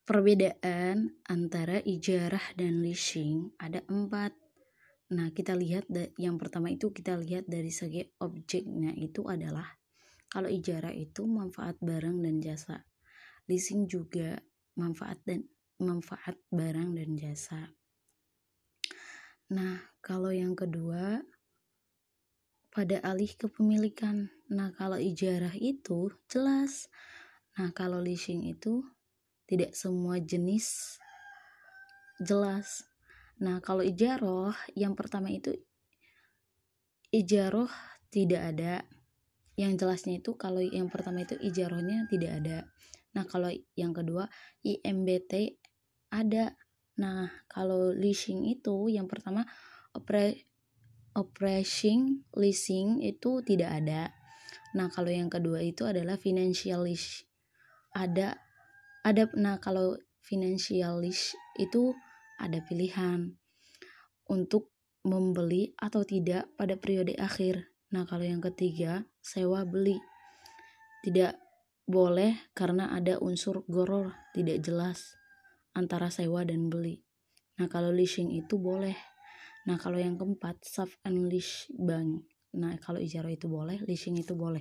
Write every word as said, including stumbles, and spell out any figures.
Perbedaan antara ijarah dan leasing ada empat. Nah, kita lihat yang pertama itu kita lihat dari segi objeknya itu adalah kalau ijarah itu manfaat barang dan jasa. Leasing juga manfaat dan manfaat barang dan jasa. Nah, kalau yang kedua pada alih kepemilikan. Nah, kalau ijarah itu jelas. Nah, kalau leasing itu tidak semua jenis jelas. Nah, kalau ijaroh yang pertama itu ijaroh tidak ada. Yang jelasnya itu kalau yang pertama itu ijarohnya tidak ada. Nah, kalau yang kedua I M B T ada. Nah, kalau leasing itu yang pertama opera, operation leasing itu tidak ada. Nah, kalau yang kedua itu adalah financial lease. Ada ada nah kalau financial lease itu ada pilihan untuk membeli atau tidak pada periode akhir. Nah, kalau yang ketiga sewa beli tidak boleh karena ada unsur gharar tidak jelas antara sewa dan beli. Nah, kalau leasing itu boleh. Nah, kalau yang keempat sub and lease bank. Nah, kalau ijarah itu boleh, leasing itu boleh.